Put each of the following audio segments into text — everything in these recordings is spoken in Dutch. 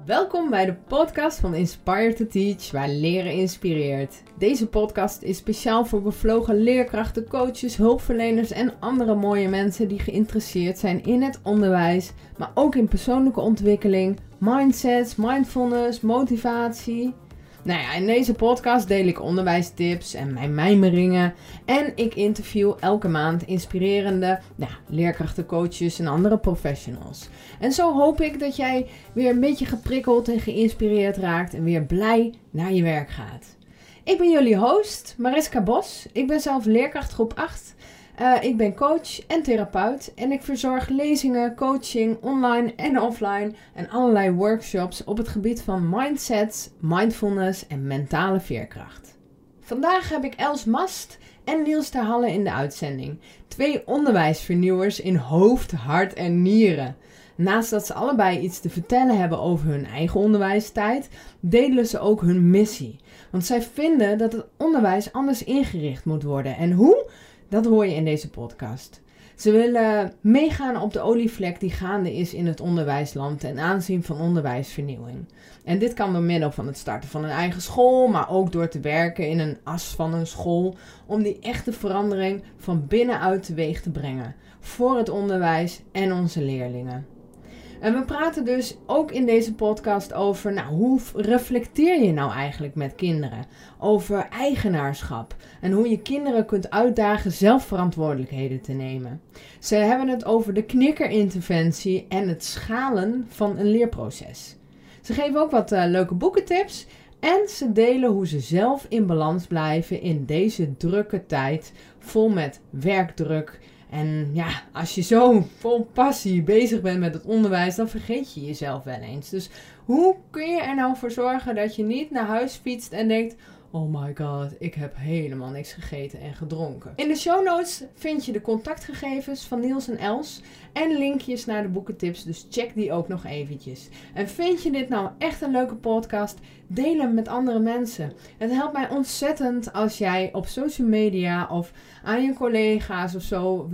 Welkom bij de podcast van Inspire to Teach, waar leren inspireert. Deze podcast is speciaal voor bevlogen leerkrachten, coaches, hulpverleners en andere mooie mensen die geïnteresseerd zijn in het onderwijs, maar ook in persoonlijke ontwikkeling, mindsets, mindfulness, motivatie. Nou ja, in deze podcast deel ik onderwijstips en mijn mijmeringen en ik interview elke maand inspirerende leerkrachten, coaches en andere professionals. En zo hoop ik dat jij weer een beetje geprikkeld en geïnspireerd raakt en weer blij naar je werk gaat. Ik ben jullie host, Mariska Bos. Ik ben zelf leerkracht groep 8. Ik ben coach en therapeut en ik verzorg lezingen, coaching, online en offline en allerlei workshops op het gebied van mindsets, mindfulness en mentale veerkracht. Vandaag heb ik Els Mast en Niels ter Halle in de uitzending. 2 onderwijsvernieuwers in hoofd, hart en nieren. Naast dat ze allebei iets te vertellen hebben over hun eigen onderwijstijd, delen ze ook hun missie. Want zij vinden dat het onderwijs anders ingericht moet worden. En hoe? Dat hoor je in deze podcast. Ze willen meegaan op de olievlek die gaande is in het onderwijsland ten aanzien van onderwijsvernieuwing. En dit kan door middel van het starten van een eigen school, maar ook door te werken in een as van een school, om die echte verandering van binnenuit teweeg te brengen voor het onderwijs en onze leerlingen. En we praten dus ook in deze podcast over hoe reflecteer je nou eigenlijk met kinderen? Over eigenaarschap en hoe je kinderen kunt uitdagen zelf verantwoordelijkheden te nemen. Ze hebben het over de knikkerinterventie en het schalen van een leerproces. Ze geven ook wat leuke boekentips en ze delen hoe ze zelf in balans blijven in deze drukke tijd vol met werkdruk. En ja, als je zo vol passie bezig bent met het onderwijs, dan vergeet je jezelf wel eens. Dus hoe kun je er nou voor zorgen dat je niet naar huis fietst en denkt: oh my god, ik heb helemaal niks gegeten en gedronken. In de show notes vind je de contactgegevens van Niels en Els en linkjes naar de boekentips, dus check die ook nog eventjes. En vind je dit nou echt een leuke podcast? Deel hem met andere mensen. Het helpt mij ontzettend als jij op social media of aan je collega's of zo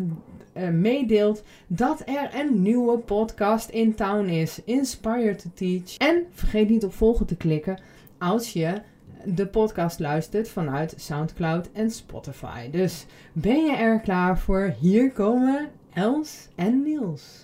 meedeelt dat er een nieuwe podcast in town is. Inspire to Teach. En vergeet niet op volgen te klikken als je de podcast luistert vanuit SoundCloud en Spotify. Dus ben je er klaar voor? Hier komen Els en Niels.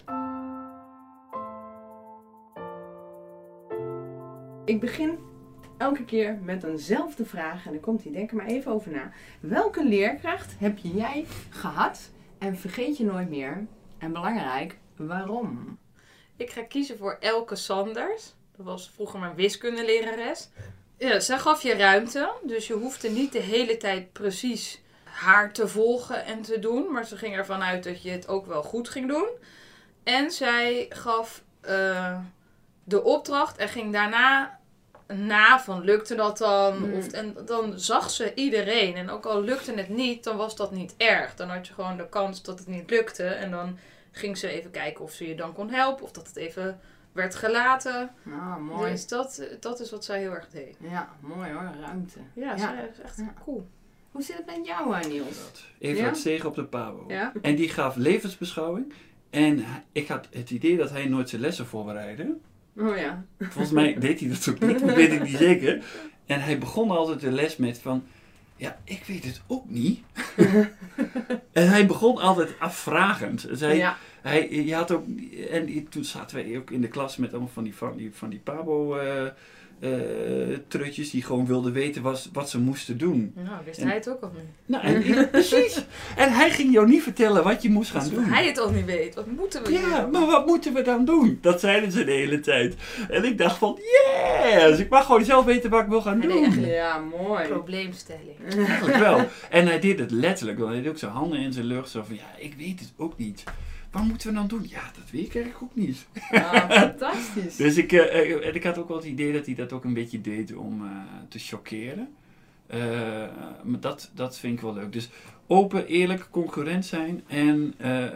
Ik begin elke keer met eenzelfde vraag en dan komt die, denk er maar even over na. Welke leerkracht heb jij gehad en vergeet je nooit meer? En belangrijk, waarom? Ik ga kiezen voor Elke Sanders. Dat was vroeger mijn wiskundelerares. Ja, zij gaf je ruimte, dus je hoefde niet de hele tijd precies haar te volgen en te doen. Maar ze ging ervan uit dat je het ook wel goed ging doen. En zij gaf de opdracht en ging daarna na van lukte dat dan? En dan zag ze iedereen. En ook al lukte het niet, dan was dat niet erg. Dan had je gewoon de kans dat het niet lukte. En dan ging ze even kijken of ze je dan kon helpen. Of dat het even werd gelaten. Ah, mooi. Dus dat is wat zij heel erg deed. Ja, mooi hoor, ruimte. Ja, zij is echt cool. Hoe zit het met jou, Niels? Evert Stegen op de Pabo. Ja? En die gaf levensbeschouwing. En ik had het idee dat hij nooit zijn lessen voorbereidde. Oh ja. Volgens mij deed hij dat ook niet, dat weet ik niet zeker. En hij begon altijd de les met van, ja, ik weet het ook niet. En hij begon altijd afvragend. Dus je had ook, en toen zaten wij ook in de klas met allemaal van die Pabo trutjes die gewoon wilden weten wat ze moesten doen. Nou, wist hij het ook al niet. Nou, precies. En hij ging jou niet vertellen wat je moest gaan doen. Als hij het al niet weet, wat moeten we doen? Ja, maar wat moeten we dan doen? Dat zeiden ze de hele tijd. En ik dacht van, yes! Ik mag gewoon zelf weten wat ik wil gaan doen. Ja, mooi. Probleemstelling. Eigenlijk wel. En hij deed het letterlijk. Want hij deed ook zijn handen in zijn lucht. Zo van, ja, ik weet het ook niet. Wat moeten we dan doen? Ja, dat weet ik eigenlijk ook niet. Ja, fantastisch. Dus ik had ook wel het idee dat hij dat ook een beetje deed om te chockeren. Maar dat vind ik wel leuk. Dus open, eerlijk, concurrent zijn en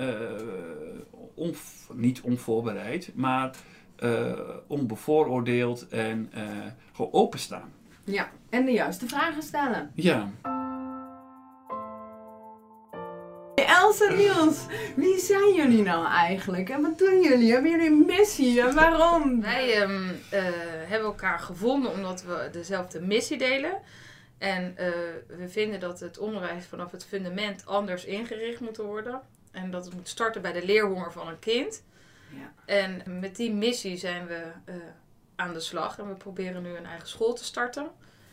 niet onvoorbereid, maar onbevooroordeeld en gewoon openstaan. Ja, en de juiste vragen stellen. Ja. Els en Niels, wie zijn jullie nou eigenlijk? En wat doen jullie? Hebben jullie een missie? En waarom? Wij hebben elkaar gevonden omdat we dezelfde missie delen. En we vinden dat het onderwijs vanaf het fundament anders ingericht moet worden. En dat het moet starten bij de leerhonger van een kind. Ja. En met die missie zijn we aan de slag. En we proberen nu een eigen school te starten.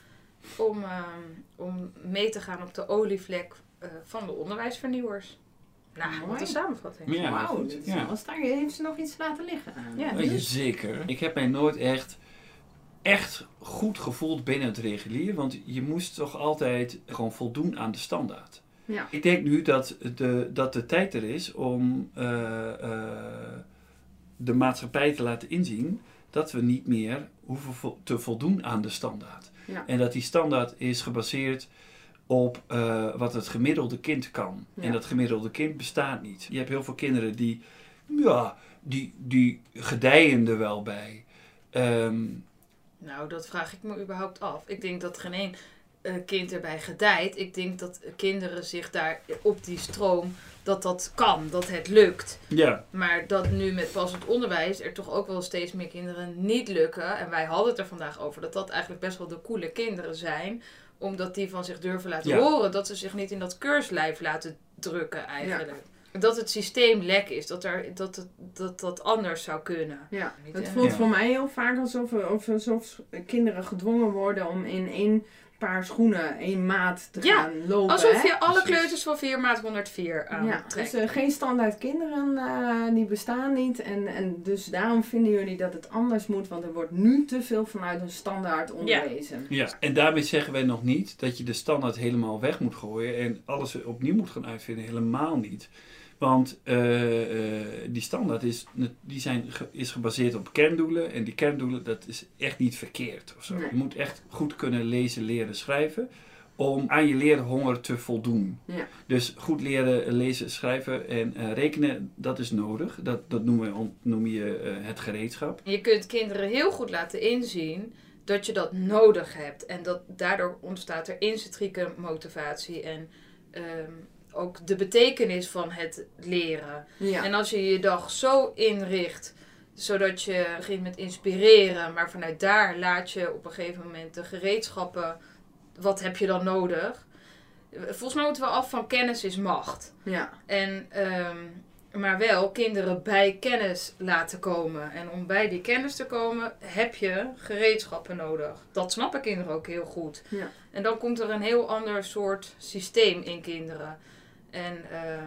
Om mee te gaan op de olievlek van de onderwijsvernieuwers. Nou, wat een samenvatting. Ja, wauw, goed. dit is wel sterk. Heeft ze nog iets laten liggen? Ja, Zeker. Ik heb mij nooit echt goed gevoeld binnen het regulier. Want je moest toch altijd gewoon voldoen aan de standaard. Ja. Ik denk nu dat de tijd er is om de maatschappij te laten inzien dat we niet meer hoeven te voldoen aan de standaard. Ja. En dat die standaard is gebaseerd op wat het gemiddelde kind kan. Ja. En dat gemiddelde kind bestaat niet. Je hebt heel veel kinderen die gedijen er wel bij. Nou, dat vraag ik me überhaupt af. Ik denk dat geen één kind erbij gedijt. Ik denk dat kinderen zich daar op die stroom, dat kan, dat het lukt. Ja. Maar dat nu met passend onderwijs er toch ook wel steeds meer kinderen niet lukken. En wij hadden het er vandaag over dat eigenlijk best wel de coole kinderen zijn. Omdat die van zich durven laten horen. Dat ze zich niet in dat keurslijf laten drukken eigenlijk. Ja. Dat het systeem lek is. Dat anders zou kunnen. Ja. Het voelt voor mij heel vaak alsof kinderen gedwongen worden om in één paar schoenen, één maat te gaan lopen. Alsof je alle kleuters van 4 maat 104 aantrekt. Dus geen standaard kinderen, die bestaan niet. En dus daarom vinden jullie dat het anders moet. Want er wordt nu te veel vanuit een standaard onderwezen. Ja, en daarmee zeggen wij nog niet dat je de standaard helemaal weg moet gooien. En alles opnieuw moet gaan uitvinden. Helemaal niet. Want die standaard is gebaseerd op kerndoelen. En die kerndoelen, dat is echt niet verkeerd. Of zo. Nee. Je moet echt goed kunnen lezen, leren, schrijven. Om aan je leerhonger te voldoen. Ja. Dus goed leren, lezen, schrijven en rekenen, dat is nodig. Dat noem je het gereedschap. Je kunt kinderen heel goed laten inzien dat je dat nodig hebt. En dat daardoor ontstaat er intrinsieke motivatie en ook de betekenis van het leren. Ja. En als je je dag zo inricht, zodat je begint met inspireren, maar vanuit daar laat je op een gegeven moment de gereedschappen, wat heb je dan nodig? Volgens mij moeten we af van kennis is macht. Ja. En, maar wel kinderen bij kennis laten komen. En om bij die kennis te komen, heb je gereedschappen nodig. Dat snappen kinderen ook heel goed. Ja. En dan komt er een heel ander soort systeem in kinderen. En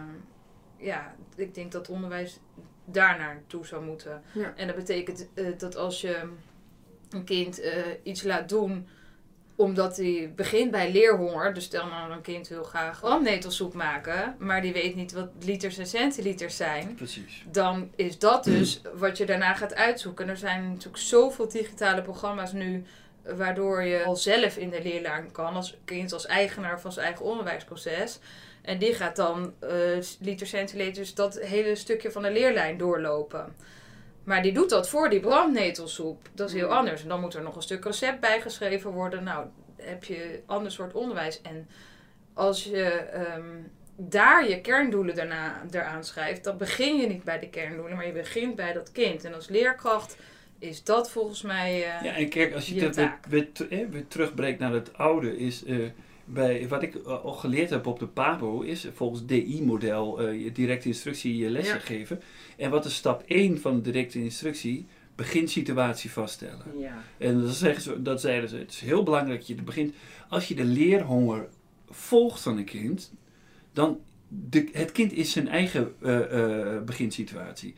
ik denk dat onderwijs daar naartoe zou moeten. Ja. En dat betekent dat als je een kind iets laat doen omdat hij begint bij leerhonger. Dus stel nou een kind wil graag brandnetelsoep maken, maar die weet niet wat liters en centiliters zijn. Precies. Dan is dat dus wat je daarna gaat uitzoeken. Er zijn natuurlijk zoveel digitale programma's nu, waardoor je al zelf in de leerlijn kan, als kind, als eigenaar van zijn eigen onderwijsproces. En die gaat dan liters, centiliters, dat hele stukje van de leerlijn doorlopen. Maar die doet dat voor die brandnetelsoep. Dat is heel anders. En dan moet er nog een stuk recept bijgeschreven worden. Nou, heb je een ander soort onderwijs. En als je daar je kerndoelen eraan schrijft, dan begin je niet bij de kerndoelen, maar je begint bij dat kind. En als leerkracht is dat volgens mij ja, en kijk, als je het weer terugbrengt naar het oude, is bij wat ik al geleerd heb op de PABO, is volgens DI-model je directe instructie je lessen geven. En wat is stap 1 van de directe instructie? Beginsituatie vaststellen. Ja. En dat zeiden ze, het is heel belangrijk dat je begint. Als je de leerhonger volgt van een kind, dan het kind is zijn eigen beginsituatie.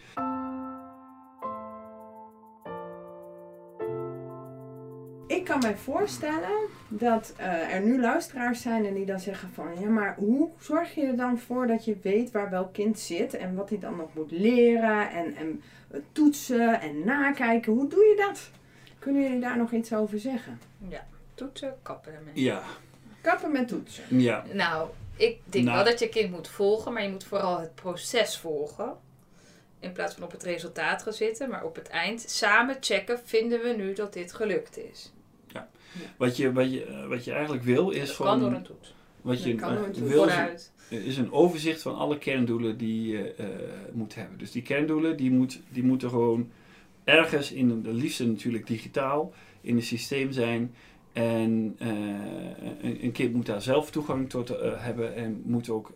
Ik kan mij voorstellen dat er nu luisteraars zijn en die dan zeggen van, ja, maar hoe zorg je er dan voor dat je weet waar welk kind zit en wat hij dan nog moet leren en toetsen en nakijken? Hoe doe je dat? Kunnen jullie daar nog iets over zeggen? Ja, toetsen, kappen ermee. Ja. Kappen met toetsen. Ja. Nou, ik denk wel dat je kind moet volgen, maar je moet vooral het proces volgen. In plaats van op het resultaat gaan zitten, maar op het eind samen checken, vinden we nu dat dit gelukt is. Ja. Wat je eigenlijk wil is dat gewoon... kan door een toets. Wat je wil vooruit. is een overzicht van alle kerndoelen die je moet hebben. Dus die kerndoelen die moeten gewoon ergens in, de liefste natuurlijk digitaal, in een systeem zijn. En een kind moet daar zelf toegang tot hebben en moet ook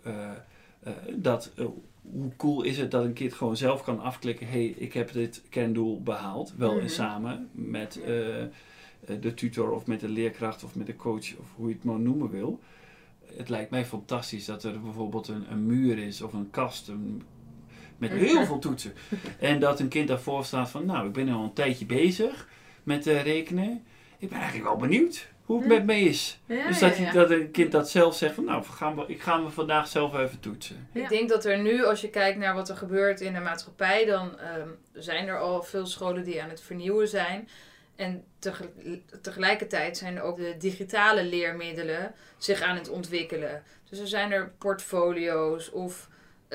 hoe cool is het dat een kind gewoon zelf kan afklikken, hey, ik heb dit kerndoel behaald. Wel en samen met de tutor of met de leerkracht of met de coach of hoe je het maar noemen wil. Het lijkt mij fantastisch dat er bijvoorbeeld een muur is of een kast met heel veel toetsen. En dat een kind daarvoor staat van, nou, ik ben al een tijdje bezig met rekenen. Ik ben eigenlijk wel benieuwd hoe het met me is. Ja, dus dat een kind dat zelf zegt van, nou, ik ga me vandaag zelf even toetsen. Ja. Ik denk dat er nu, als je kijkt naar wat er gebeurt in de maatschappij, dan zijn er al veel scholen die aan het vernieuwen zijn. En tegelijkertijd zijn er ook de digitale leermiddelen zich aan het ontwikkelen. Dus er zijn er portfolio's of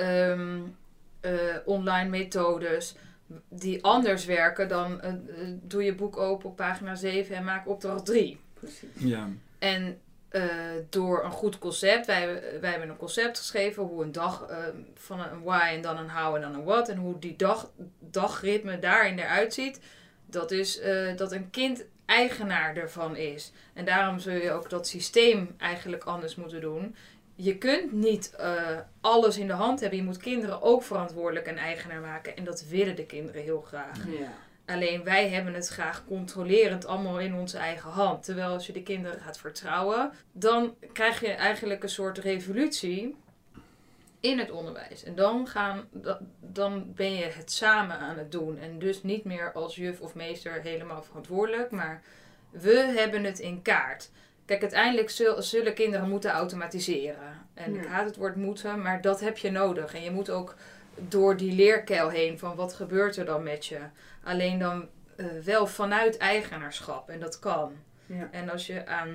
online methodes die anders werken dan doe je boek open op pagina 7 en maak opdracht 3. Precies. Ja. En door een goed concept, wij hebben een concept geschreven hoe een dag van een why en dan een how en dan een what en hoe die dagritme daarin eruit ziet. Dat is dat een kind eigenaar ervan is. En daarom zul je ook dat systeem eigenlijk anders moeten doen. Je kunt niet alles in de hand hebben. Je moet kinderen ook verantwoordelijk en eigenaar maken. En dat willen de kinderen heel graag. Ja. Alleen wij hebben het graag controlerend allemaal in onze eigen hand. Terwijl als je de kinderen gaat vertrouwen, dan krijg je eigenlijk een soort revolutie in het onderwijs. En dan ben je het samen aan het doen. En dus niet meer als juf of meester helemaal verantwoordelijk. Maar we hebben het in kaart. Kijk, uiteindelijk zullen kinderen moeten automatiseren. En ik haat het woord moeten, maar dat heb je nodig. En je moet ook door die leerkuil heen van wat gebeurt er dan met je. Alleen dan wel vanuit eigenaarschap. En dat kan. Ja. En als je aan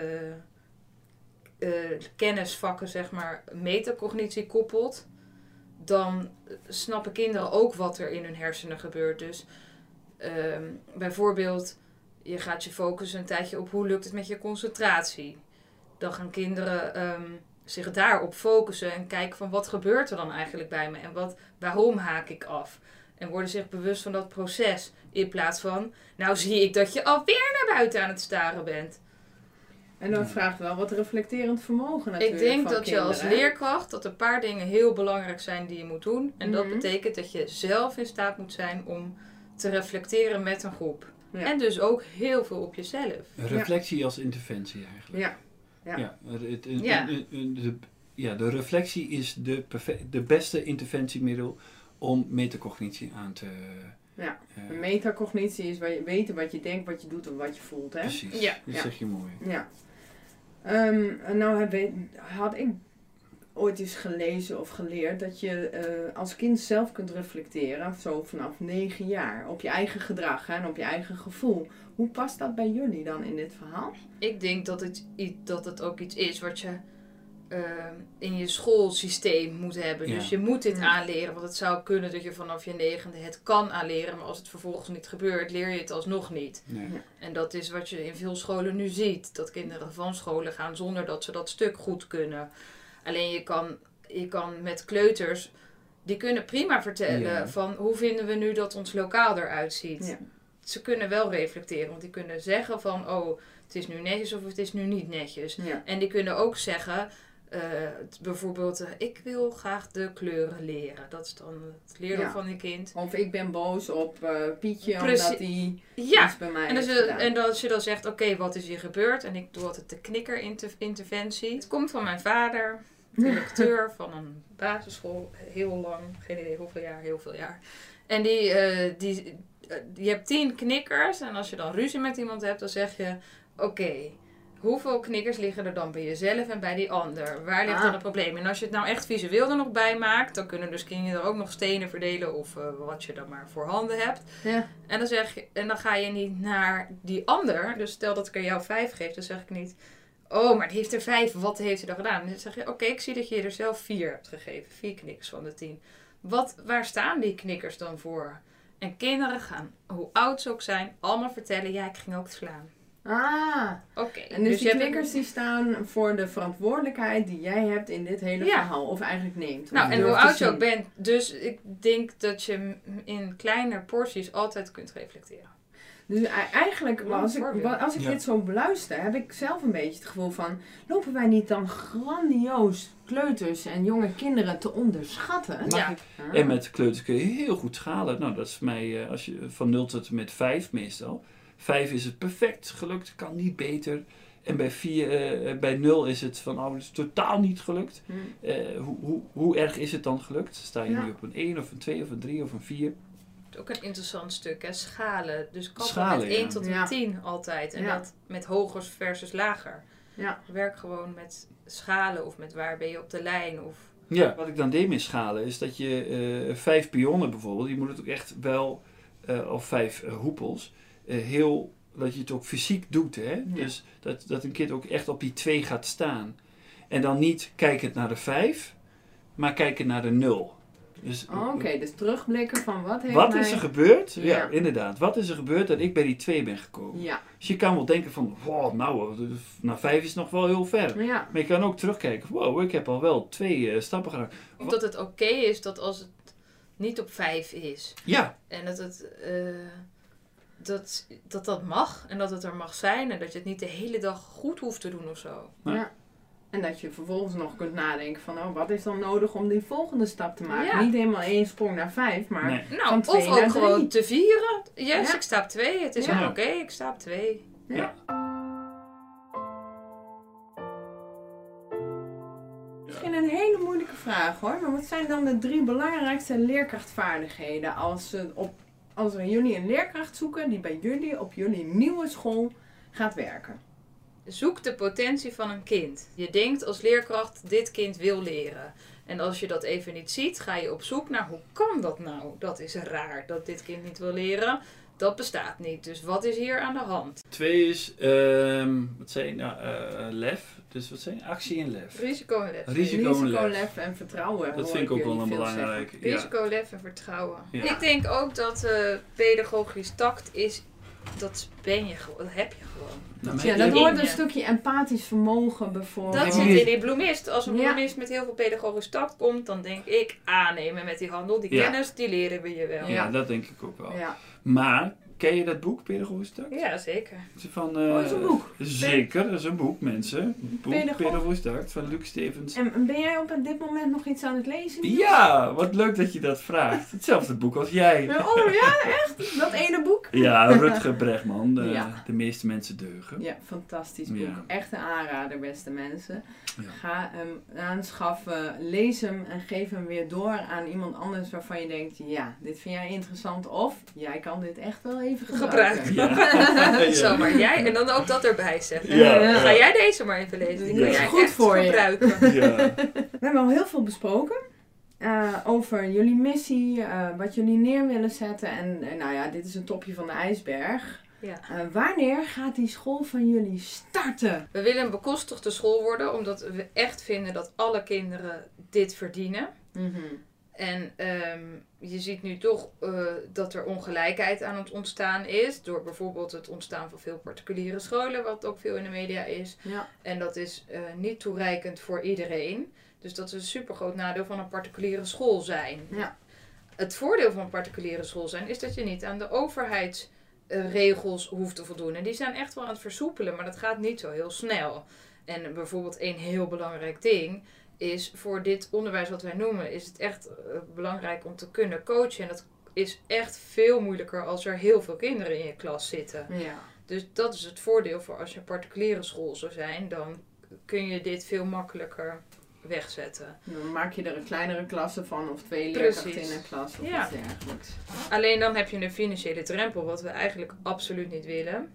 kennisvakken, zeg maar, metacognitie koppelt, dan snappen kinderen ook wat er in hun hersenen gebeurt. Dus bijvoorbeeld, je gaat je focussen een tijdje op hoe lukt het met je concentratie. Dan gaan kinderen zich daarop focussen en kijken van wat gebeurt er dan eigenlijk bij me en waarom haak ik af. En worden zich bewust van dat proces in plaats van, nou zie ik dat je alweer naar buiten aan het staren bent. En dan vraagt wel wat reflecterend vermogen natuurlijk. Ik denk van dat kinderen, je als leerkracht, dat een paar dingen heel belangrijk zijn die je moet doen. En dat betekent dat je zelf in staat moet zijn om te reflecteren met een groep. Ja. En dus ook heel veel op jezelf. Reflectie als interventie eigenlijk. De reflectie is de beste interventiemiddel om metacognitie aan te... Ja, metacognitie is weten wat je denkt, wat je doet en wat je voelt. Hè? Precies, dat zeg je mooi. Ja. Had ik ooit eens gelezen of geleerd dat je als kind zelf kunt reflecteren, zo vanaf 9 jaar, op je eigen gedrag en op je eigen gevoel. Hoe past dat bij jullie dan in dit verhaal? Ik denk dat het ook iets is wat je in je schoolsysteem moet hebben. Ja. Dus je moet dit aanleren, want het zou kunnen dat je vanaf je 9e het kan aanleren, maar als het vervolgens niet gebeurt, leer je het alsnog niet. Nee. Ja. En dat is wat je in veel scholen nu ziet, dat kinderen van scholen gaan zonder dat ze dat stuk goed kunnen. Alleen je kan met kleuters, die kunnen prima vertellen van hoe vinden we nu dat ons lokaal eruit ziet. Ja. Ze kunnen wel reflecteren, want die kunnen zeggen van het is nu netjes of het is nu niet netjes. Ja. En die kunnen ook zeggen, bijvoorbeeld, ik wil graag de kleuren leren. Dat is dan het leren van een kind. Of ik ben boos op Pietje omdat hij iets bij mij heeft gedaan. En als je dan zegt, oké, wat is hier gebeurd? En ik doe altijd de knikker-interventie. Het komt van mijn vader, directeur van een basisschool, heel lang, geen idee hoeveel jaar, heel veel jaar. En je hebt 10 knikkers en als je dan ruzie met iemand hebt, dan zeg je, oké, hoeveel knikkers liggen er dan bij jezelf en bij die ander? Waar ligt dan het probleem? En als je het nou echt visueel er nog bij maakt, dan kunnen dus kinderen ook nog stenen verdelen of wat je dan maar voor handen hebt. Ja. En dan ga je niet naar die ander. Dus stel dat ik er jou 5 geef, dan zeg ik niet, maar die heeft er 5, wat heeft hij dan gedaan? Dan zeg je, oké, ik zie dat je er zelf 4 hebt gegeven. 4 knikkers van de 10. Waar staan die knikkers dan voor? En kinderen gaan, hoe oud ze ook zijn, allemaal vertellen, ja, ik ging ook slaan. Oké. En dus die klikkers die staan voor de verantwoordelijkheid die jij hebt in dit hele verhaal. Of eigenlijk neemt. Nou, en hoe oud je ook bent. Dus ik denk dat je in kleine porties altijd kunt reflecteren. Dus eigenlijk, als ik dit zo beluister, heb ik zelf een beetje het gevoel van, lopen wij niet dan grandioos kleuters en jonge kinderen te onderschatten? En met kleuters kun je heel goed schalen. Nou, dat is voor mij, als je van 0 tot en met 5 meestal. 5 is het perfect gelukt, kan niet beter. En bij 0 is het van, het is totaal niet gelukt. Hoe erg is het dan gelukt? Sta je nu op een 1 of een 2 of een 3 of een 4? Ook een interessant stuk, hè? Schalen. Dus kappen schalen, met 1 tot en 10 altijd. En dat met hoger versus lager. Ja. Werk gewoon met schalen of met waar ben je op de lijn. Of... Ja, wat ik dan deed met schalen is dat je 5 pionnen bijvoorbeeld, je moet het ook echt wel, of 5 hoepels, dat je het ook fysiek doet. Hè? Ja. Dus dat een kind ook echt op die 2 gaat staan. En dan niet kijkend naar de 5, maar kijken naar de 0. Dus, Oké, dus terugblikken van wat is er gebeurd? Ja, inderdaad. Wat is er gebeurd dat ik bij die 2 ben gekomen? Ja. Dus je kan wel denken van, wow, naar 5 is nog wel heel ver. Ja. Maar je kan ook terugkijken, wow, ik heb al wel 2 stappen gedaan. Omdat het oké is dat als het niet op 5 is. Ja. En dat mag en dat het er mag zijn en dat je het niet de hele dag goed hoeft te doen of zo. Ja. En dat je vervolgens nog kunt nadenken van, wat is dan nodig om die volgende stap te maken? Ja. Niet helemaal 1 sprong naar 5, maar van 2 of naar 3. Of ook gewoon te vieren. Yes, ik sta op 2. Het is oké, ik sta op 2. Ja. Misschien een hele moeilijke vraag hoor, maar wat zijn dan de 3 belangrijkste leerkrachtvaardigheden als jullie een leerkracht zoeken die bij jullie op jullie nieuwe school gaat werken? Zoek de potentie van een kind. Je denkt als leerkracht, dit kind wil leren. En als je dat even niet ziet, ga je op zoek naar hoe kan dat nou? Dat is raar, dat dit kind niet wil leren. Dat bestaat niet. Dus wat is hier aan de hand? 2 is, lef. Dus wat zijn actie en lef? Risico en lef. Risico, lef en vertrouwen. Dat vind ik ook wel een belangrijke. Risico, lef en vertrouwen. Ja. Ik denk ook dat pedagogisch tact is, dat ben je gewoon, dat heb je gewoon. Dat hoort een stukje empathisch vermogen bijvoorbeeld. Dat zit in die bloemist. Als een bloemist met heel veel pedagogisch tact komt, dan denk ik aannemen met die handel. Die kennis, die leren we je wel. Ja, dat denk ik ook wel. Ja. Maar, ken je dat boek, Pedagogisch Tact? Ja, zeker. Dat is een boek. Zeker, dat is een boek, mensen. Pedagogisch Tact van Luc Stevens. En ben jij op dit moment nog iets aan het lezen? Ja, wat leuk dat je dat vraagt. Hetzelfde boek als jij. Oh ja, echt? Dat ene boek? Ja, Rutger Bregman, De meeste mensen deugen. Ja, fantastisch boek. Ja. Echt een aanrader, beste mensen. Ja. Ga hem aanschaffen, lees hem en geef hem weer door aan iemand anders waarvan je denkt, ja, dit vind jij interessant of jij kan dit echt wel even gebruiken. Ja. Zo, maar jij, en dan ook dat erbij zeggen. Ja. Ga jij deze maar even lezen, die kan jij goed echt voor gebruiken. Ja. We hebben al heel veel besproken. Over jullie missie, wat jullie neer willen zetten en dit is een topje van de ijsberg. Ja. Wanneer gaat die school van jullie starten? We willen een bekostigde school worden, omdat we echt vinden dat alle kinderen dit verdienen. Mm-hmm. En je ziet nu toch dat er ongelijkheid aan het ontstaan is, door bijvoorbeeld het ontstaan van veel particuliere scholen, wat ook veel in de media is. Ja. En dat is niet toereikend voor iedereen. Dus dat is een supergroot nadeel van een particuliere school zijn. Ja. Het voordeel van een particuliere school zijn is dat je niet aan de overheidsregels hoeft te voldoen. En die zijn echt wel aan het versoepelen, maar dat gaat niet zo heel snel. En bijvoorbeeld een heel belangrijk ding is voor dit onderwijs wat wij noemen, is het echt belangrijk om te kunnen coachen. En dat is echt veel moeilijker als er heel veel kinderen in je klas zitten. Ja. Dus dat is het voordeel voor als je een particuliere school zou zijn, dan kun je dit veel makkelijker wegzetten. Dan maak je er een kleinere klasse van of 2 leerkrachten in een klas of iets dergelijks. Alleen dan heb je een financiële drempel, wat we eigenlijk absoluut niet willen.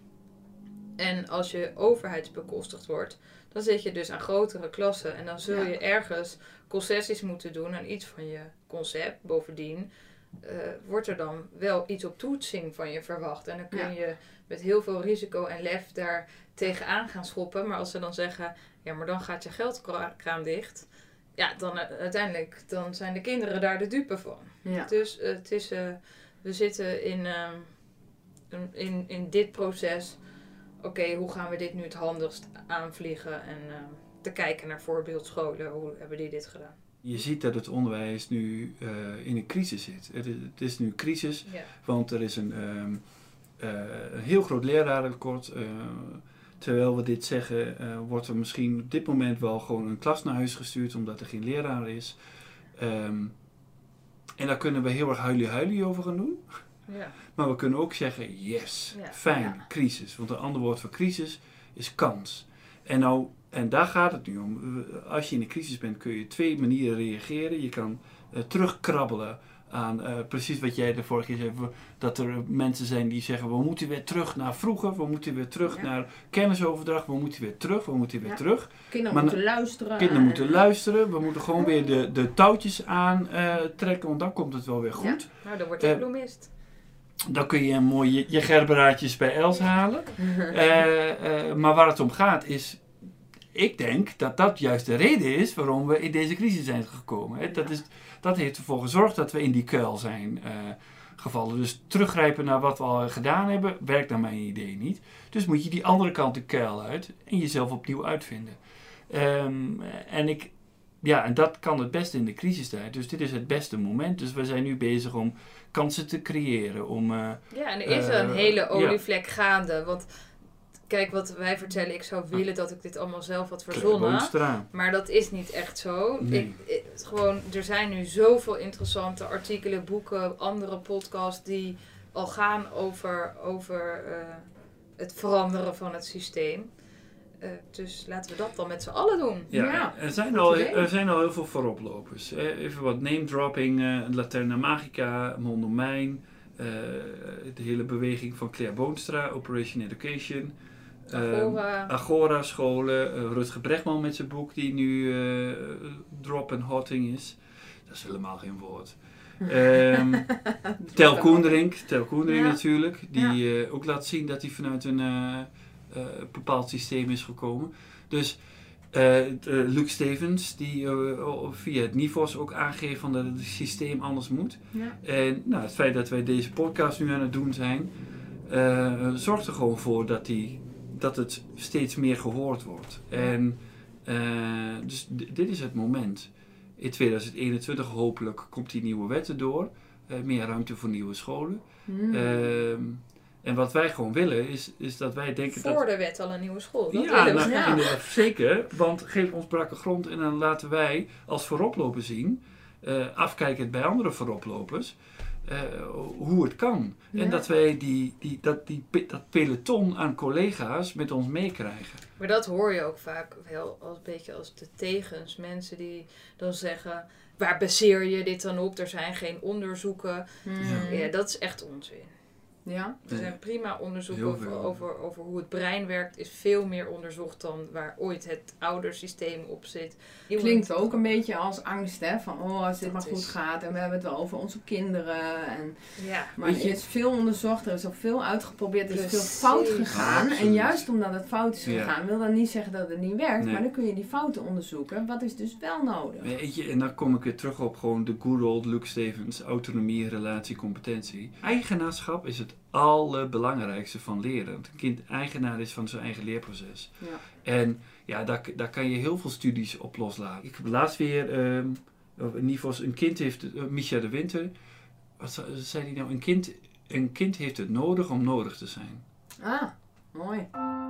En als je overheidsbekostigd wordt, dan zit je dus aan grotere klassen. En dan zul je ergens concessies moeten doen aan iets van je concept. Bovendien wordt er dan wel iets op toetsing van je verwacht. En dan kun je met heel veel risico en lef daar tegenaan gaan schoppen. Maar als ze dan zeggen, ja, maar dan gaat je geldkraan dicht. Ja, dan uiteindelijk dan zijn de kinderen daar de dupe van. Ja. Dus het is, we zitten in dit proces oké, hoe gaan we dit nu het handigst aanvliegen en te kijken naar voorbeeldscholen, hoe hebben die dit gedaan? Je ziet dat het onderwijs nu in een crisis zit. Het is nu crisis, want er is een heel groot lerarentekort. Terwijl we dit zeggen, wordt er misschien op dit moment wel gewoon een klas naar huis gestuurd, omdat er geen leraar is. En daar kunnen we heel erg huilie over gaan doen. Ja. Maar we kunnen ook zeggen, yes, fijn, crisis. Want een ander woord voor crisis is kans. En daar gaat het nu om. Als je in een crisis bent, kun je 2 manieren reageren. Je kan terugkrabbelen aan precies wat jij de vorige keer zei. Dat er mensen zijn die zeggen, we moeten weer terug naar vroeger. We moeten weer terug naar kennisoverdracht. We moeten weer terug. Kinderen moeten luisteren. We moeten gewoon weer de touwtjes aantrekken. Want dan komt het wel weer goed. Ja. Nou, dan wordt je bloemist. Dan kun je mooi je gerberaadjes bij Els halen. Maar waar het om gaat is... Ik denk dat dat juist de reden is waarom we in deze crisis zijn gekomen. Dat heeft ervoor gezorgd dat we in die kuil zijn gevallen. Dus teruggrijpen naar wat we al gedaan hebben, werkt naar mijn idee niet. Dus moet je die andere kant de kuil uit en jezelf opnieuw uitvinden. En dat kan het beste in de crisistijd. Dus dit is het beste moment. Dus we zijn nu bezig om kansen te creëren. En er is een hele olievlek gaande. Want kijk, wat wij vertellen, ik zou willen dat ik dit allemaal zelf had verzonnen. Maar dat is niet echt zo. Nee. Er zijn nu zoveel interessante artikelen, boeken, andere podcasts die al gaan over het veranderen van het systeem. Dus laten we dat dan met z'n allen doen. Ja. Er zijn al heel veel vooroplopers. Even wat name dropping. Laterna Magica, Mondomein. De hele beweging van Claire Boonstra, Operation Education. Agora scholen. Rutger Bregman met zijn boek die nu drop en hotting is. Dat is helemaal geen woord. Tel Koenderink natuurlijk. Die ook laat zien dat hij vanuit een bepaald systeem is gekomen. Dus Luc Stevens die via het NIVOS ook aangeeft van dat het systeem anders moet. Ja. En het feit dat wij deze podcast nu aan het doen zijn, zorgt er gewoon voor dat het steeds meer gehoord wordt. En dus dit is het moment. In 2021 hopelijk komt die nieuwe wet erdoor. Meer ruimte voor nieuwe scholen. En wat wij gewoon willen is dat wij denken voor de wet al een nieuwe school. Inderdaad, zeker. Want geef ons brakke grond en dan laten wij als vooroploper zien, afkijkend bij andere vooroplopers, hoe het kan. Ja. En dat wij dat peloton aan collega's met ons meekrijgen. Maar dat hoor je ook vaak wel als een beetje als de tegens. Mensen die dan zeggen, waar baseer je dit dan op? Er zijn geen onderzoeken. Ja, dat is echt onzin. Ja. Er zijn prima onderzoeken over hoe het brein werkt. Is veel meer onderzocht dan waar ooit het oudersysteem op zit. Klinkt ook een beetje als angst, hè? Van als dit maar goed gaat en we hebben het wel over onze kinderen. Maar er is veel onderzocht, er is ook veel uitgeprobeerd, er is veel fout gegaan. Ja, en juist omdat het fout is gegaan, wil dat niet zeggen dat het niet werkt. Nee. Maar dan kun je die fouten onderzoeken. Wat is dus wel nodig? Weet je, en dan kom ik weer terug op gewoon de good old Luc Stevens. Autonomie, relatie, competentie. Eigenaarschap is het allerbelangrijkste van leren. Want een kind eigenaar is van zijn eigen leerproces. Ja. En daar kan je heel veel studies op loslaten. Ik heb laatst weer een kind heeft, Micha de Winter, wat zei hij nou? Een kind heeft het nodig om nodig te zijn. Ah, mooi.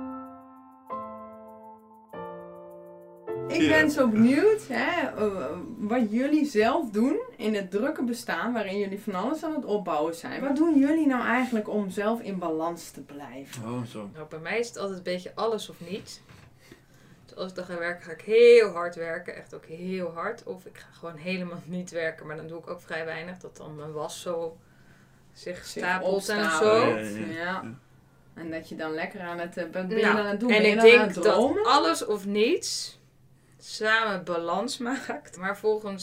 Ik ben zo benieuwd wat jullie zelf doen in het drukke bestaan waarin jullie van alles aan het opbouwen zijn. Wat doen jullie nou eigenlijk om zelf in balans te blijven? Oh, zo. Nou, bij mij is het altijd een beetje alles of niets. Dus als ik dan ga werken, ga ik heel hard werken. Echt ook heel hard. Of ik ga gewoon helemaal niet werken, maar dan doe ik ook vrij weinig. Dat dan mijn was zo zich stapelt en zo. Ja. En dat je dan lekker aan het doen. En ik denk dat alles of niets samen balans maakt. Maar volgens,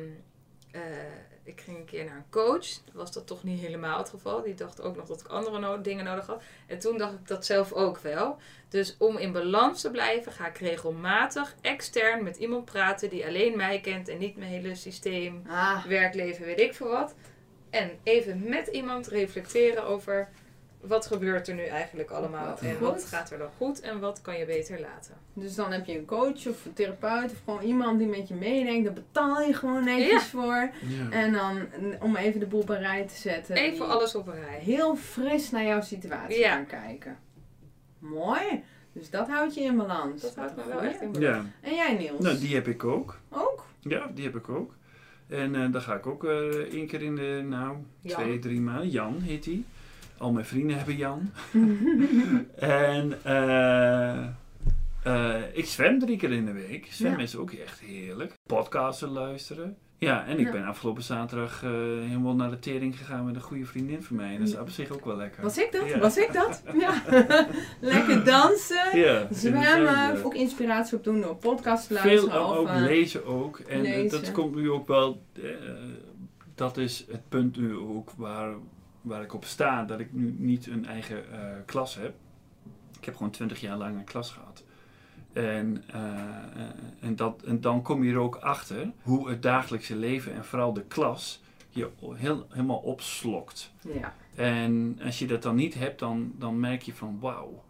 ik ging een keer naar een coach. Was dat toch niet helemaal het geval. Die dacht ook nog dat ik andere dingen nodig had. En toen dacht ik dat zelf ook wel. Dus om in balans te blijven ga ik regelmatig extern met iemand praten die alleen mij kent en niet mijn hele systeem, werkleven, weet ik veel wat. En even met iemand reflecteren over wat gebeurt er nu eigenlijk allemaal? Wat En goed. wat gaat er dan goed en wat kan je beter laten? Dus dan heb je een coach of een therapeut of gewoon iemand die met je meedenkt. Daar betaal je gewoon netjes voor. Ja. En dan, om even de boel op een rij te zetten. Even die alles op een rij. heel fris naar jouw situatie Ja. gaan kijken. Mooi. Dus dat houdt je in balans. Dat houdt me wel Goeie. echt in balans. Ja. En jij Niels? Nou, die heb ik ook. Ook? Ja, die heb ik ook. En daar ga ik ook 1 keer in de, Jan. 2-3 maanden. Jan heet hij. Al mijn vrienden hebben Jan. En ik zwem 3 keer in de week. Zwemmen Ja. is ook echt heerlijk. Podcasten luisteren. Ja, en ik ben afgelopen zaterdag helemaal naar de tering gegaan met een goede vriendin van mij. Dat is op zich ook wel lekker. Was ik dat? Ja. Was ik dat? Ja. Lekker dansen. Ja, Zwemmen. Ook inspiratie opdoen door podcasts te veel luisteren. ook of, lezen ook. En lezen. dat komt nu ook wel... dat is het punt nu ook waar ik op sta. Dat ik nu niet een eigen klas heb. Ik heb gewoon 20 jaar lang een klas gehad. En dan kom je er ook achter hoe het dagelijkse leven en vooral de klas je helemaal opslokt. Ja. En als je dat dan niet hebt, dan merk je van wauw,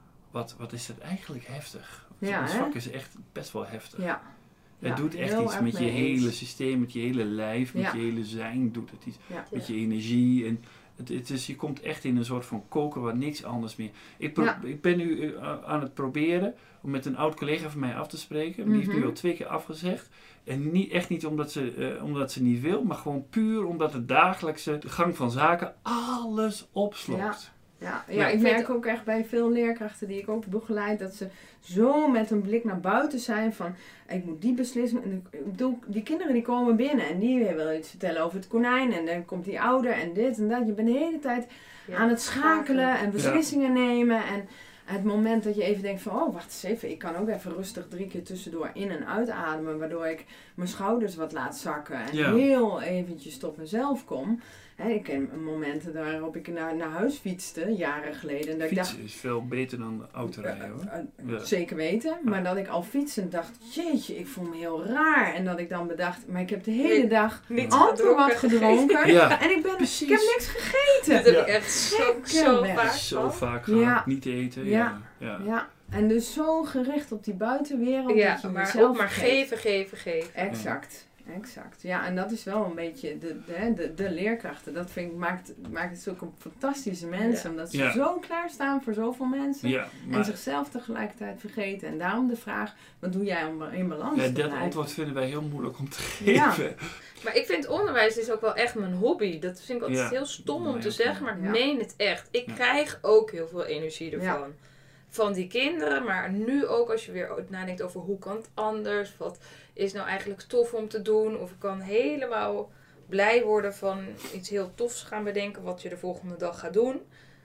wat is dat eigenlijk heftig. Ja, Ons hè? vak is echt best wel heftig. Ja. Het doet echt heel iets erg met je mee eens. hele systeem, met je hele lijf, met Ja. je hele zijn doet het iets. Ja. Met je energie. En je komt echt in een soort van koken waar niks anders meer. Ik ben nu aan het proberen om met een oud collega van mij af te spreken. Die heeft nu al 2 keer afgezegd. En echt niet omdat ze niet wil, maar gewoon puur omdat de dagelijkse gang van zaken alles opslokt. Ja, Maar ik ik merk vind- ook echt bij veel leerkrachten die ik ook begeleid, dat ze zo met een blik naar buiten zijn van, ik moet die beslissing, en ik bedoel, die kinderen die komen binnen en die willen iets vertellen over het konijn en dan komt die ouder en dit en dat. Je bent de hele tijd aan het schakelen en beslissingen nemen en het moment dat je even denkt van, oh wacht eens even, ik kan ook even rustig 3 keer tussendoor in- en uitademen, waardoor ik mijn schouders wat laat zakken en heel eventjes tot mezelf kom. Ik ken momenten waarop ik naar huis fietste, jaren geleden. Dat ik dacht, Fietsen is veel beter dan autorijden hoor. Ja. zeker weten, maar dat ik al fietsend dacht, jeetje, ik voel me heel raar. En dat ik dan bedacht, maar ik heb de hele dag Niet amper wat gedronken. Ja. En ik heb niks gegeten. Dat heb ik echt zo Gekke vaak Zo gehad. vaak gehad, Ja. niet eten. Ja. Ja. Ja, en dus zo gericht op die buitenwereld. Ja, dat je maar jezelf ook maar vergeet. geven. Exact. Ja, en dat is wel een beetje de leerkrachten. Dat maakt het zulke fantastische mensen. Ja. Omdat ze Ja. zo klaarstaan voor zoveel mensen. Ja, En maar zichzelf tegelijkertijd vergeten. En daarom de vraag, wat doe jij om in balans te dat blijven? antwoord vinden wij heel moeilijk om te Ja. geven. Maar ik vind onderwijs is ook wel echt mijn hobby. Dat vind ik altijd Ja. heel stom om Nee, te ook zeggen, maar ik Ja. meen het echt. Ik Ja. krijg ook heel veel energie ervan. Ja. Van die kinderen, maar nu ook als je weer nadenkt over hoe kan het anders? Wat is nou eigenlijk tof om te doen? Of ik kan helemaal blij worden van iets heel tofs gaan bedenken wat je de volgende dag gaat doen.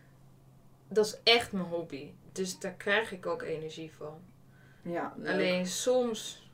Dat is echt mijn hobby. Dus daar krijg ik ook energie van. Ja, leuk. Alleen soms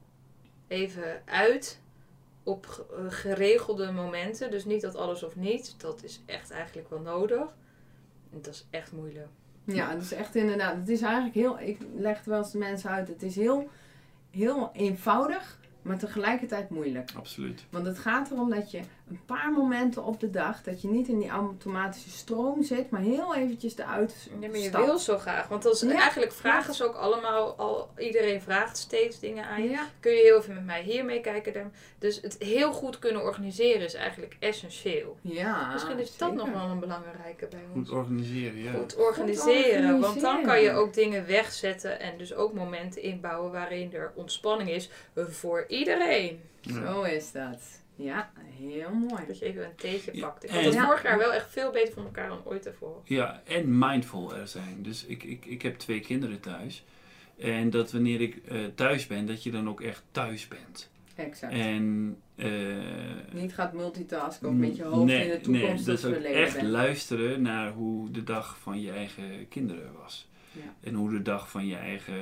even uit op geregelde momenten. Dus niet dat alles of niets. Dat is echt eigenlijk wel nodig. En dat is echt moeilijk. Ja, het is echt inderdaad. Het is eigenlijk heel. Ik leg het wel eens de mensen uit. Het is heel, heel eenvoudig, maar tegelijkertijd moeilijk. Absoluut. Want het gaat erom dat je een paar momenten op de dag, dat je niet in die automatische stroom zit, maar heel eventjes eruit Ja, maar je stapt. wil zo graag. Want dat is Ja. eigenlijk vragen ze ook allemaal. Iedereen vraagt steeds dingen aan je. Ja. Kun je heel even met mij hier meekijken? Dus het heel goed kunnen organiseren is eigenlijk essentieel. Ja, Misschien is dat zeker. nog wel een belangrijke bij ons. Goed organiseren, ja. Goed organiseren. Want dan organiseren. kan je ook dingen wegzetten. En dus ook momenten inbouwen waarin er ontspanning is voor iedereen. Ja. Zo is dat. Ja, heel mooi. Dat je even een theetje Ja, pakt. Ik en- had het Ja. vorig jaar wel echt veel beter van elkaar dan ooit ervoor. Ja, en mindful er zijn. Dus ik heb 2 kinderen thuis. En dat wanneer ik thuis ben, dat je dan ook echt thuis bent. Exact. En Niet gaat multitasken of met je hoofd in de toekomst Nee, of dus ook verleden echt bent. luisteren naar hoe de dag van je eigen kinderen was. Ja. En hoe de dag van je eigen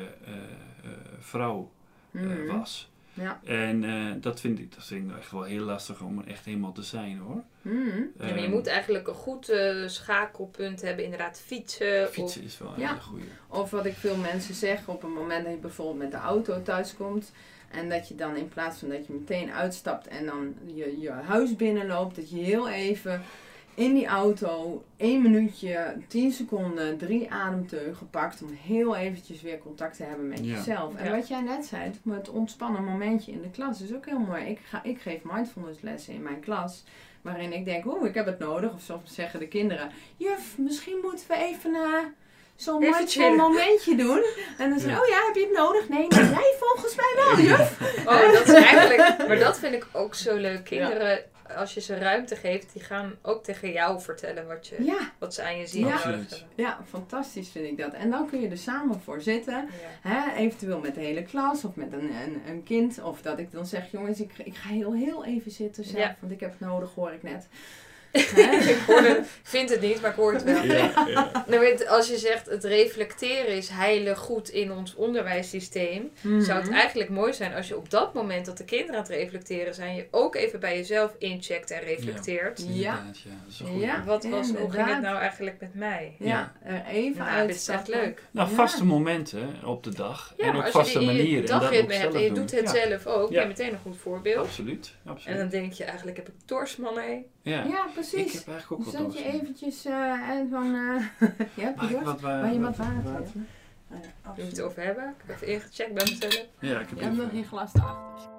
vrouw Mhm. was. Ja. En dat vind ik nou echt wel heel lastig om er echt helemaal te zijn hoor. Mhm. Ja, maar je moet eigenlijk een goed schakelpunt hebben. Inderdaad fietsen. Fietsen is wel een Ja. hele goeie. Of wat ik veel mensen zeg, op een moment dat je bijvoorbeeld met de auto thuis komt. En dat je dan in plaats van dat je meteen uitstapt en dan je huis binnenloopt, dat je heel even in die auto 1 minuutje, 10 seconden, 3 ademteugen gepakt om heel eventjes weer contact te hebben met jezelf. En wat jij net zei, het ontspannen momentje in de klas is ook heel mooi. Ik geef mindfulness lessen in mijn klas, waarin ik denk, ik heb het nodig. Of soms zeggen de kinderen, juf, misschien moeten we even zo'n mindful momentje doen. En dan zeg je, heb je het nodig? Nee, jij volgens mij wel, juf. Dat is eigenlijk, maar dat vind ik ook zo leuk. Kinderen, als je ze ruimte geeft, die gaan ook tegen jou vertellen wat ze aan je zien nodig hebben. Ja, fantastisch vind ik dat. En dan kun je er samen voor zitten. Ja. Hè, eventueel met de hele klas of met een kind. Of dat ik dan zeg, jongens, ik ga heel even zitten zelf, want ik heb het nodig, hoor ik net. Ik vind het niet, maar ik hoor het wel. Nou, als je zegt het reflecteren is heilig goed in ons onderwijssysteem, zou het eigenlijk mooi zijn als je op dat moment dat de kinderen aan het reflecteren zijn, je ook even bij jezelf incheckt en reflecteert. Hoe ging het nou eigenlijk met mij? Even uit. Dit is echt leuk. Nou, vaste momenten op de dag en op vaste manieren. Als je dagritme hebt en je doet het zelf ook, ben je meteen een goed voorbeeld. Absoluut. En dan denk je eigenlijk, heb ik dorst, man, Ja, precies. Ik heb eigenlijk ook wel dorst. Je eventjes van... Mag ik wat water? Je wat water? Wil je het over hebben? Ik heb even ingecheckt bij mezelf. Ja, ik heb nog geen glas erachter.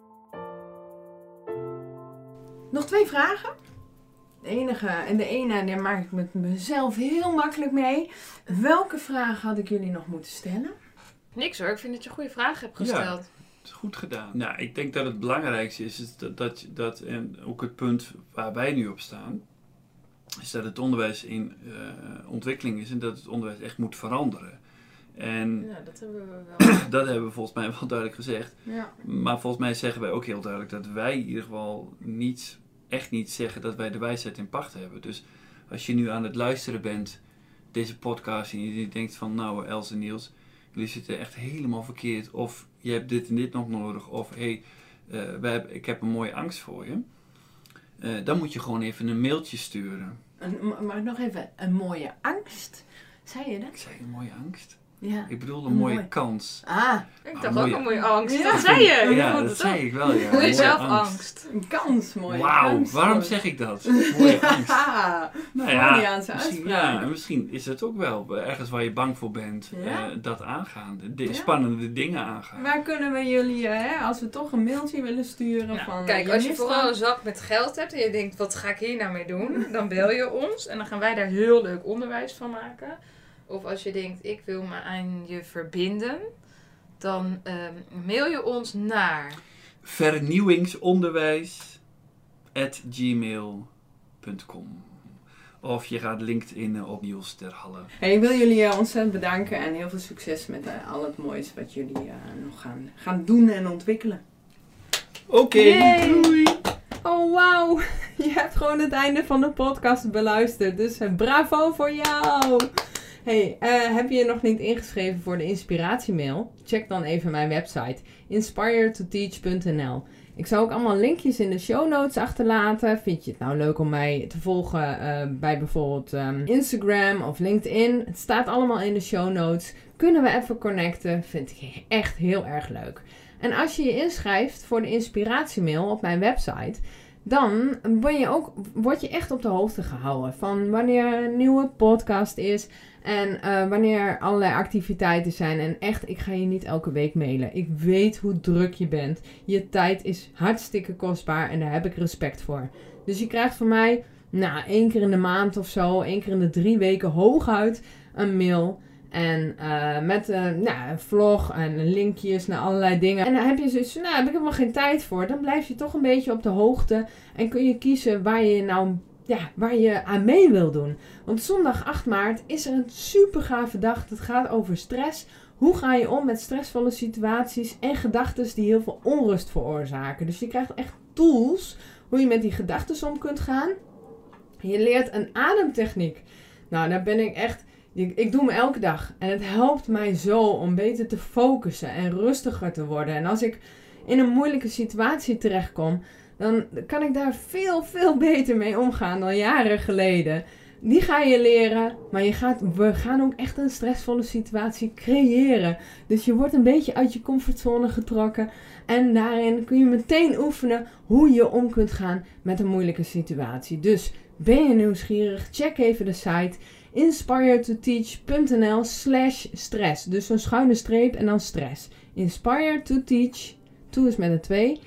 Nog 2 vragen. De ene, daar maak ik met mezelf heel makkelijk mee. Welke vraag had ik jullie nog moeten stellen? Niks hoor, ik vind dat je goede vragen hebt gesteld. Ja. Goed gedaan. Nou, ik denk dat het belangrijkste is dat en ook het punt waar wij nu op staan, is dat het onderwijs in ontwikkeling is en dat het onderwijs echt moet veranderen. En dat hebben we wel. Dat hebben we volgens mij wel duidelijk gezegd. Ja. Maar volgens mij zeggen wij ook heel duidelijk dat wij in ieder geval echt niet zeggen dat wij de wijsheid in pacht hebben. Dus als je nu aan het luisteren bent, deze podcast, en je denkt van, nou, Els en Niels, jullie zitten echt helemaal verkeerd. Of je hebt dit en dit nog nodig. Of ik heb een mooie angst voor je. Dan moet je gewoon even een mailtje sturen. Maar nog even, een mooie angst? Zei je dat? Ik zei een mooie angst. Ja. Ik bedoel een mooie kans. Ik dacht ook een mooie angst. Ja. Dat zei je. Ja, dat zei ik wel. Ja. Voel je zelf angst. Een kans, mooie Wauw, kans. waarom zeg ik dat? Mooie angst. Misschien is het ook wel ergens waar je bang voor bent. Dat aangaan. Spannende dingen aangaan. Waar kunnen we jullie, als we toch een mailtje willen sturen van... Kijk, als je vooral een zak met geld hebt en je denkt, wat ga ik hier nou mee doen? Dan bel je ons en dan gaan wij daar heel leuk onderwijs van maken. Of als je denkt, ik wil me aan je verbinden, dan mail je ons naar vernieuwingsonderwijs@gmail.com. Of je gaat LinkedIn op Niels ter Halle. Ik wil jullie ontzettend bedanken en heel veel succes met al het moois wat jullie nog gaan doen en ontwikkelen. Oké, doei! Oh wauw, je hebt gewoon het einde van de podcast beluisterd, dus bravo voor jou! Hey, heb je je nog niet ingeschreven voor de inspiratiemail? Check dan even mijn website inspiretoteach.nl. Ik zal ook allemaal linkjes in de show notes achterlaten. Vind je het nou leuk om mij te volgen bij bijvoorbeeld Instagram of LinkedIn? Het staat allemaal in de show notes. Kunnen we even connecten? Vind ik echt heel erg leuk. En als je je inschrijft voor de inspiratiemail op mijn website, dan word je echt op de hoogte gehouden van wanneer een nieuwe podcast is en wanneer allerlei activiteiten zijn. En echt, ik ga je niet elke week mailen. Ik weet hoe druk je bent. Je tijd is hartstikke kostbaar en daar heb ik respect voor. Dus je krijgt van mij, 1 keer in de maand of zo, 1 keer in de 3 weken hooguit een mail. En met een vlog en linkjes naar allerlei dingen. En dan heb je zoiets van, heb ik helemaal geen tijd voor. Dan blijf je toch een beetje op de hoogte. En kun je kiezen waar je aan mee wil doen. Want zondag 8 maart is er een super gave dag. Dat gaat over stress. Hoe ga je om met stressvolle situaties en gedachten die heel veel onrust veroorzaken. Dus je krijgt echt tools hoe je met die gedachten om kunt gaan. Je leert een ademtechniek. Nou, daar ben ik echt... Ik doe hem elke dag en het helpt mij zo om beter te focussen en rustiger te worden. En als ik in een moeilijke situatie terechtkom, dan kan ik daar veel, veel beter mee omgaan dan jaren geleden. Die ga je leren, maar we gaan ook echt een stressvolle situatie creëren. Dus je wordt een beetje uit je comfortzone getrokken. En daarin kun je meteen oefenen hoe je om kunt gaan met een moeilijke situatie. Dus Ben je nieuwsgierig? Check even de site inspiretoteach.nl/stress. Dus zo'n schuine streep en dan stress. Inspire to Teach, to is met een 2,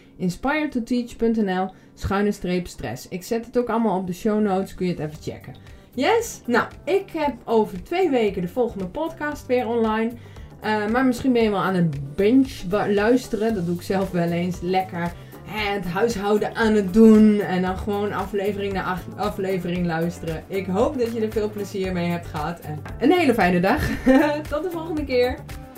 inspiretoteach.nl/stress. Ik zet het ook allemaal op de show notes, kun je het even checken. Yes? Nou, ik heb over 2 weken de volgende podcast weer online. Maar misschien ben je wel aan het binge luisteren. Dat doe ik zelf wel eens. Lekker het huishouden aan het doen. En dan gewoon aflevering na aflevering luisteren. Ik hoop dat je er veel plezier mee hebt gehad. En een hele fijne dag. Tot de volgende keer.